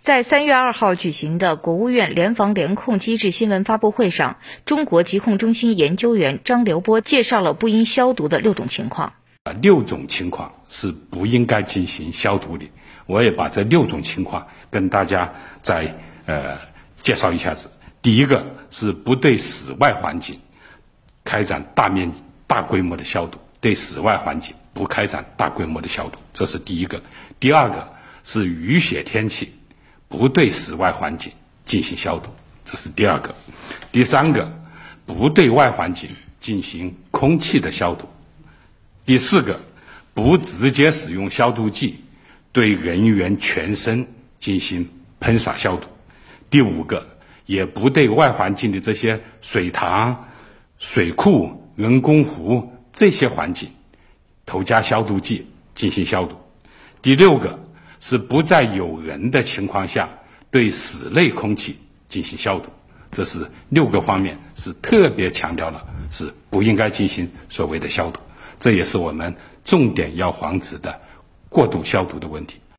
在3月2号举行的国务院联防联控机制新闻发布会上，中国疾控中心研究员张刘波介绍了不应消毒的6种情况。 6种情况是不应该进行消毒的，我也把这6种情况跟大家再介绍一下子。第一个是不对室外环境开展大规模的消毒，对室外环境不开展大规模的消毒，这是第一个。第二个是雨雪天气不对室外环境进行消毒，这是第二个。第三个，不对外环境进行空气的消毒。第四个，不直接使用消毒剂对人员全身进行喷洒消毒。第五个，也不对外环境的这些水塘、水库、人工湖这些环境投加消毒剂进行消毒。第六个是不在有人的情况下对室内空气进行消毒。这是6个方面是特别强调了是不应该进行所谓的消毒，这也是我们重点要防止的过度消毒的问题。